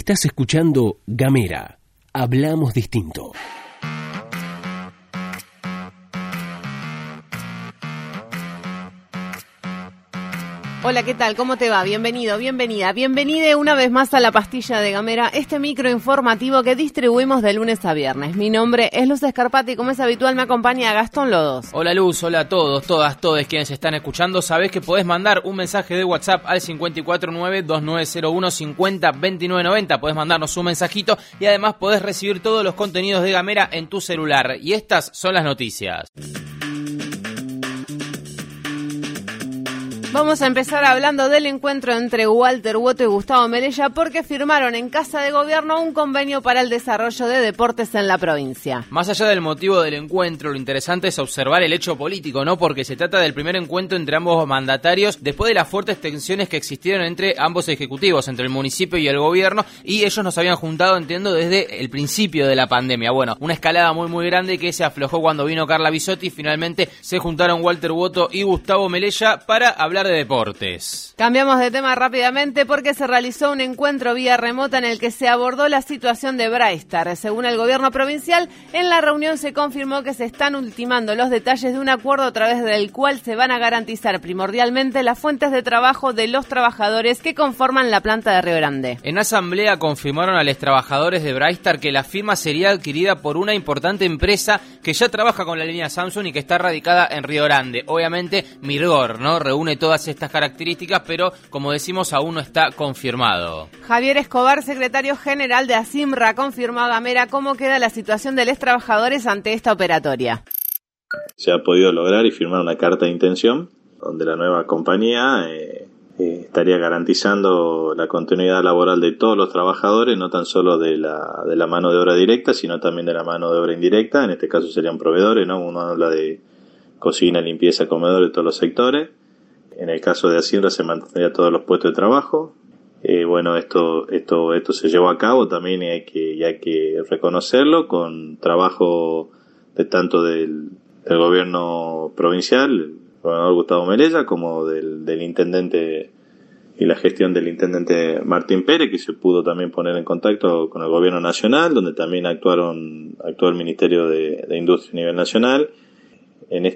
Estás escuchando Gamera. Hablamos distinto. Hola, ¿qué tal? ¿Cómo te va? Bienvenido, bienvenida. Bienvenide una vez más a La Pastilla de Gamera, este micro informativo que distribuimos de lunes a viernes. Mi nombre es Luz Escarpati y como es habitual me acompaña Gastón Lodos. Hola Luz, hola a todos, todas quienes están escuchando. Sabés que podés mandar un mensaje de WhatsApp al 549-2901-502990. Podés mandarnos un mensajito y además podés recibir todos los contenidos de Gamera en tu celular. Y estas son las noticias. Vamos a empezar hablando del encuentro entre Walter Woto y Gustavo Melella porque firmaron en Casa de Gobierno un convenio para el desarrollo de deportes en la provincia. Más allá del motivo del encuentro, lo interesante es observar el hecho político, ¿no? Porque se trata del primer encuentro entre ambos mandatarios después de las fuertes tensiones que existieron entre ambos ejecutivos, entre el municipio y el gobierno, y ellos nos habían juntado, entiendo, desde el principio de la pandemia. Bueno, una escalada muy grande que se aflojó cuando vino Carla Bisotti y finalmente se juntaron Walter Woto y Gustavo Melella para hablar de deportes. Cambiamos de tema rápidamente porque se realizó un encuentro vía remota en el que se abordó la situación de Braestar. Según el gobierno provincial, en la reunión se confirmó que se están ultimando los detalles de un acuerdo a través del cual se van a garantizar primordialmente las fuentes de trabajo de los trabajadores que conforman la planta de Río Grande. En asamblea confirmaron a los trabajadores de Braestar que la firma sería adquirida por una importante empresa que ya trabaja con la línea Samsung y que está radicada en Río Grande. Obviamente Mirgor, ¿no? Reúne todas estas características, pero como decimos aún no está confirmado. Javier Escobar, secretario general de ASIMRA, confirmó a Gamera cómo queda la situación de los trabajadores ante esta operatoria. Se ha podido lograr y firmar una carta de intención donde la nueva compañía estaría garantizando la continuidad laboral de todos los trabajadores, no tan solo de la mano de obra directa, sino también de la mano de obra indirecta. En este caso serían proveedores, ¿no? Uno habla de cocina, limpieza, comedor, de todos los sectores. En el caso de Hacienda se mantendría todos los puestos de trabajo. Bueno, esto se llevó a cabo también y hay que reconocerlo con trabajo de tanto del gobierno provincial, el gobernador Gustavo Melella, como del intendente y la gestión del intendente Martín Pérez, que se pudo también poner en contacto con el gobierno nacional, donde también actuó el Ministerio de Industria a nivel nacional. En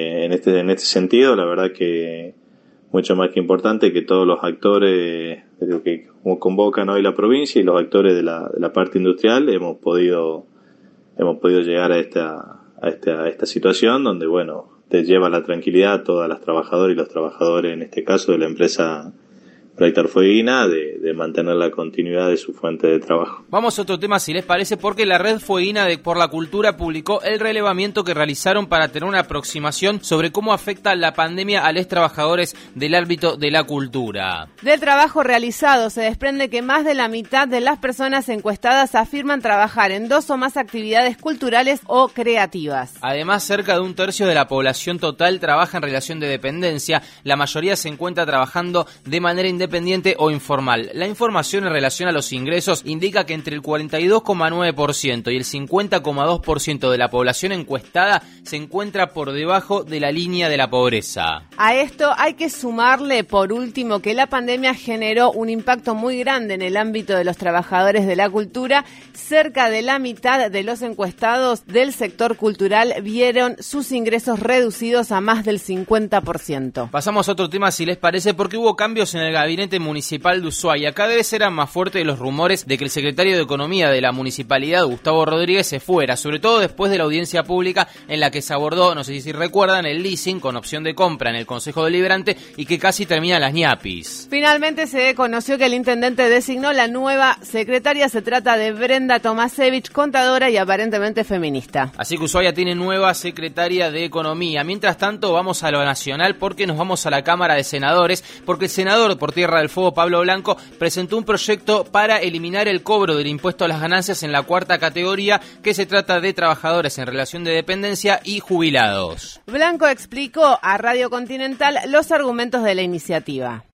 este sentido, la verdad que mucho más que importante que todos los actores que convocan hoy la provincia y los actores de la parte industrial hemos podido llegar a esta situación donde, bueno, te lleva la tranquilidad a todas las trabajadoras y los trabajadores, en este caso de la empresa Braestar Fueguina, de mantener la continuidad de su fuente de trabajo. Vamos a otro tema, si les parece, porque la Red Fueguina por la Cultura publicó el relevamiento que realizaron para tener una aproximación sobre cómo afecta la pandemia a los trabajadores del ámbito de la cultura. Del trabajo realizado se desprende que más de la mitad de las personas encuestadas afirman trabajar en 2 o más actividades culturales o creativas. Además, cerca de 1/3 de la población total trabaja en relación de dependencia. La mayoría se encuentra trabajando de manera independiente o informal. La información en relación a los ingresos indica que entre el 42,9% y el 50,2% de la población encuestada se encuentra por debajo de la línea de la pobreza. A esto hay que sumarle, por último, que la pandemia generó un impacto muy grande en el ámbito de los trabajadores de la cultura. Cerca de la mitad de los encuestados del sector cultural vieron sus ingresos reducidos a más del 50%. Pasamos a otro tema, si les parece, porque hubo cambios en el gabinete municipal de Ushuaia. Cada vez eran más fuertes los rumores de que el secretario de Economía de la municipalidad, Gustavo Rodríguez, se fuera, sobre todo después de la audiencia pública en la que se abordó, no sé si recuerdan, el leasing con opción de compra en el Consejo Deliberante y que casi terminan las ñapis. Finalmente se conoció que el intendente designó la nueva secretaria. Se trata de Brenda Tomasevich, contadora y aparentemente feminista. Así que Ushuaia tiene nueva secretaria de Economía. Mientras tanto, vamos a lo nacional porque nos vamos a la Cámara de Senadores, porque el senador por Tierra del Fuego, Pablo Blanco, presentó un proyecto para eliminar el cobro del impuesto a las ganancias en la 4ª categoría, que se trata de trabajadores en relación de dependencia y jubilados. Blanco explicó a Radio Continental los argumentos de la iniciativa.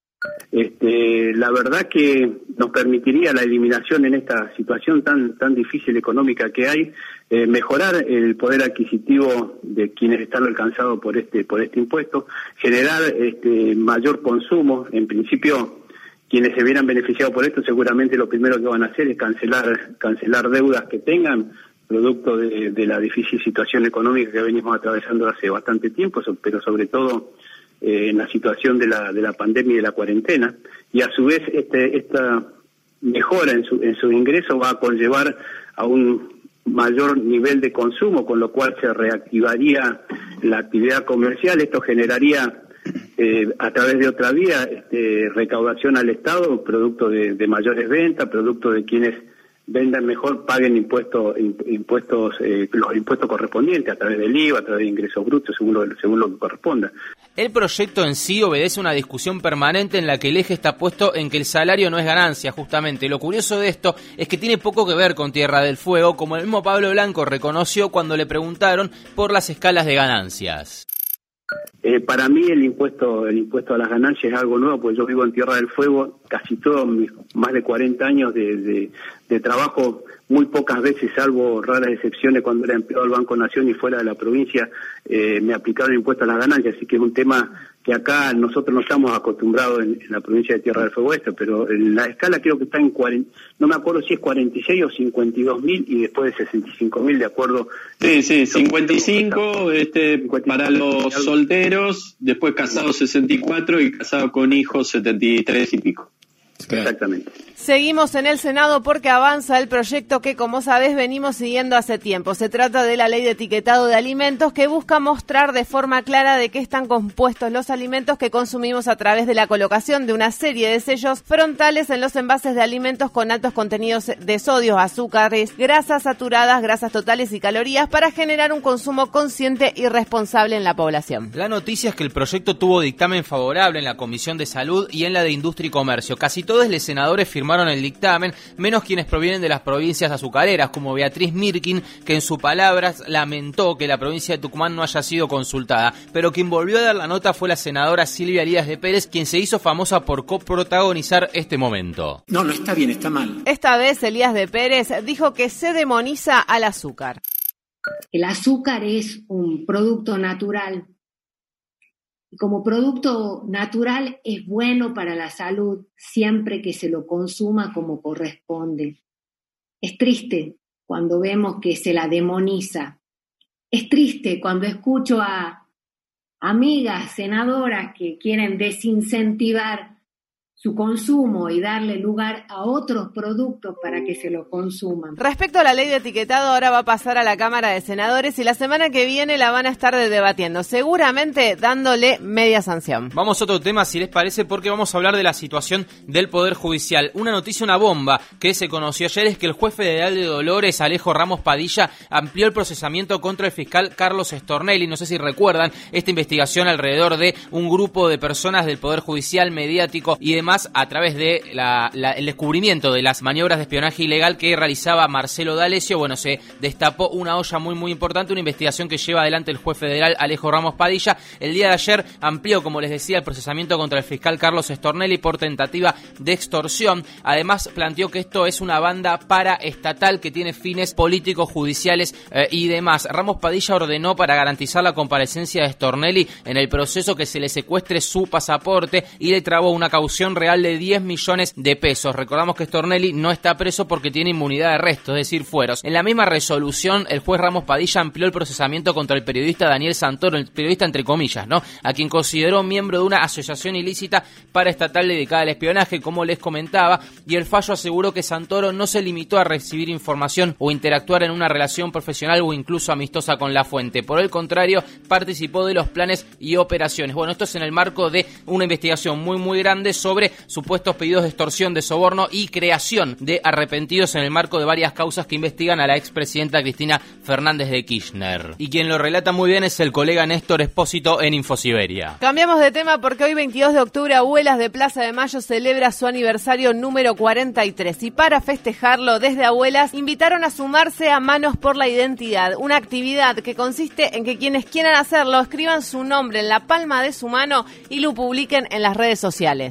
La verdad que nos permitiría la eliminación en esta situación tan difícil económica que hay, mejorar el poder adquisitivo de quienes están alcanzados por este impuesto, generar mayor consumo. En principio quienes se vieran beneficiados por esto seguramente lo primero que van a hacer es cancelar deudas que tengan, producto de la difícil situación económica que venimos atravesando hace bastante tiempo, pero sobre todo en la situación de la pandemia y de la cuarentena, y a su vez esta mejora en su ingreso va a conllevar a un mayor nivel de consumo, con lo cual se reactivaría la actividad comercial. Esto generaría a través de otra vía recaudación al Estado, producto de mayores ventas, producto de quienes vendan mejor, paguen los impuestos correspondientes a través del IVA, a través de ingresos brutos, según lo que corresponda. El proyecto en sí obedece a una discusión permanente en la que el eje está puesto en que el salario no es ganancia, justamente. Lo curioso de esto es que tiene poco que ver con Tierra del Fuego, como el mismo Pablo Blanco reconoció cuando le preguntaron por las escalas de ganancias. Para mí el impuesto a las ganancias es algo nuevo, porque yo vivo en Tierra del Fuego, casi todos mis más de 40 años de trabajo, muy pocas veces, salvo raras excepciones cuando era empleado del Banco Nación y fuera de la provincia, me aplicaron el impuesto a las ganancias, así que es un tema que acá nosotros no estamos acostumbrados en la provincia de Tierra del Fuego pero en la escala creo que está en 40, no me acuerdo si es 46 o 52.000 y después de 65.000, de acuerdo. Sí, 55 para los solteros, después casados 64 y casados con hijos 73 y pico. Exactamente. Seguimos en el Senado porque avanza el proyecto que, como sabés, venimos siguiendo hace tiempo. Se trata de la ley de etiquetado de alimentos que busca mostrar de forma clara de qué están compuestos los alimentos que consumimos a través de la colocación de una serie de sellos frontales en los envases de alimentos con altos contenidos de sodio, azúcares, grasas saturadas, grasas totales y calorías para generar un consumo consciente y responsable en la población. La noticia es que el proyecto tuvo dictamen favorable en la Comisión de Salud y en la de Industria y Comercio. Casi todos los senadores firmaron el dictamen, menos quienes provienen de las provincias azucareras, como Beatriz Mirkin, que en sus palabras lamentó que la provincia de Tucumán no haya sido consultada, pero quien volvió a dar la nota fue la senadora Silvia Elías de Pérez, quien se hizo famosa por coprotagonizar este momento. No está bien, está mal. Esta vez Elías de Pérez dijo que se demoniza al azúcar. El azúcar es un producto natural. Y como producto natural es bueno para la salud siempre que se lo consuma como corresponde. Es triste cuando vemos que se la demoniza. Es triste cuando escucho a amigas senadoras que quieren desincentivar su consumo y darle lugar a otros productos para que se lo consuman. Respecto a la ley de etiquetado, ahora va a pasar a la Cámara de Senadores y la semana que viene la van a estar debatiendo, seguramente dándole media sanción. Vamos a otro tema, si les parece, porque vamos a hablar de la situación del Poder Judicial. Una noticia, una bomba que se conoció ayer es que el juez federal de Dolores, Alejo Ramos Padilla, amplió el procesamiento contra el fiscal Carlos Stornelli. No sé si recuerdan esta investigación alrededor de un grupo de personas del Poder Judicial, mediático y demás, a través de el descubrimiento de las maniobras de espionaje ilegal que realizaba Marcelo D'Alessio. Bueno, se destapó una olla muy muy importante, una investigación que lleva adelante el juez federal Alejo Ramos Padilla. El día de ayer amplió, como les decía, el procesamiento contra el fiscal Carlos Stornelli por tentativa de extorsión. Además, planteó que esto es una banda paraestatal que tiene fines políticos, judiciales y demás. Ramos Padilla ordenó, para garantizar la comparecencia de Stornelli en el proceso, que se le secuestre su pasaporte y le trabó una caución real de 10 millones de pesos. Recordamos que Stornelli no está preso porque tiene inmunidad de arresto, es decir, fueros. En la misma resolución, el juez Ramos Padilla amplió el procesamiento contra el periodista Daniel Santoro, el periodista entre comillas, ¿no?, a quien consideró miembro de una asociación ilícita paraestatal dedicada al espionaje, como les comentaba, y el fallo aseguró que Santoro no se limitó a recibir información o interactuar en una relación profesional o incluso amistosa con la fuente. Por el contrario, participó de los planes y operaciones. Bueno, esto es en el marco de una investigación muy muy grande sobre supuestos pedidos de extorsión, de soborno y creación de arrepentidos en el marco de varias causas que investigan a la expresidenta Cristina Fernández de Kirchner. Y quien lo relata muy bien es el colega Néstor Espósito en Infosiberia. Cambiamos de tema porque hoy, 22 de octubre, Abuelas de Plaza de Mayo celebra su aniversario número 43. Y para festejarlo, desde Abuelas invitaron a sumarse a Manos por la Identidad, una actividad que consiste en que quienes quieran hacerlo escriban su nombre en la palma de su mano y lo publiquen en las redes sociales. Lo importante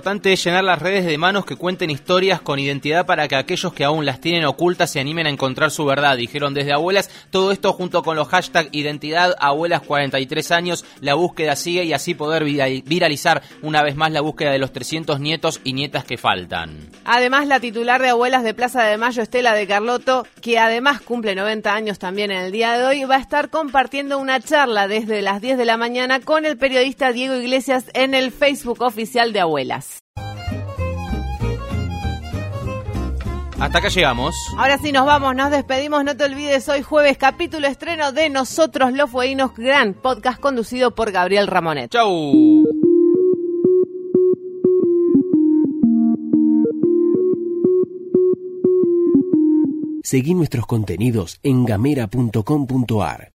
importante es llenar las redes de manos que cuenten historias con identidad para que aquellos que aún las tienen ocultas se animen a encontrar su verdad, dijeron desde Abuelas. Todo esto junto con los hashtag identidad, abuelas 43 años, la búsqueda sigue y así poder viralizar una vez más la búsqueda de los 300 nietos y nietas que faltan. Además, la titular de Abuelas de Plaza de Mayo, Estela de Carlotto, que además cumple 90 años también en el día de hoy, va a estar compartiendo una charla desde las 10 de la mañana con el periodista Diego Iglesias en el Facebook oficial de Abuelas. Hasta acá llegamos. Ahora sí nos vamos, nos despedimos. No te olvides, hoy jueves, capítulo estreno de Nosotros los Fueguinos, gran podcast conducido por Gabriel Ramonet. ¡Chau! Seguí nuestros contenidos en gamera.com.ar.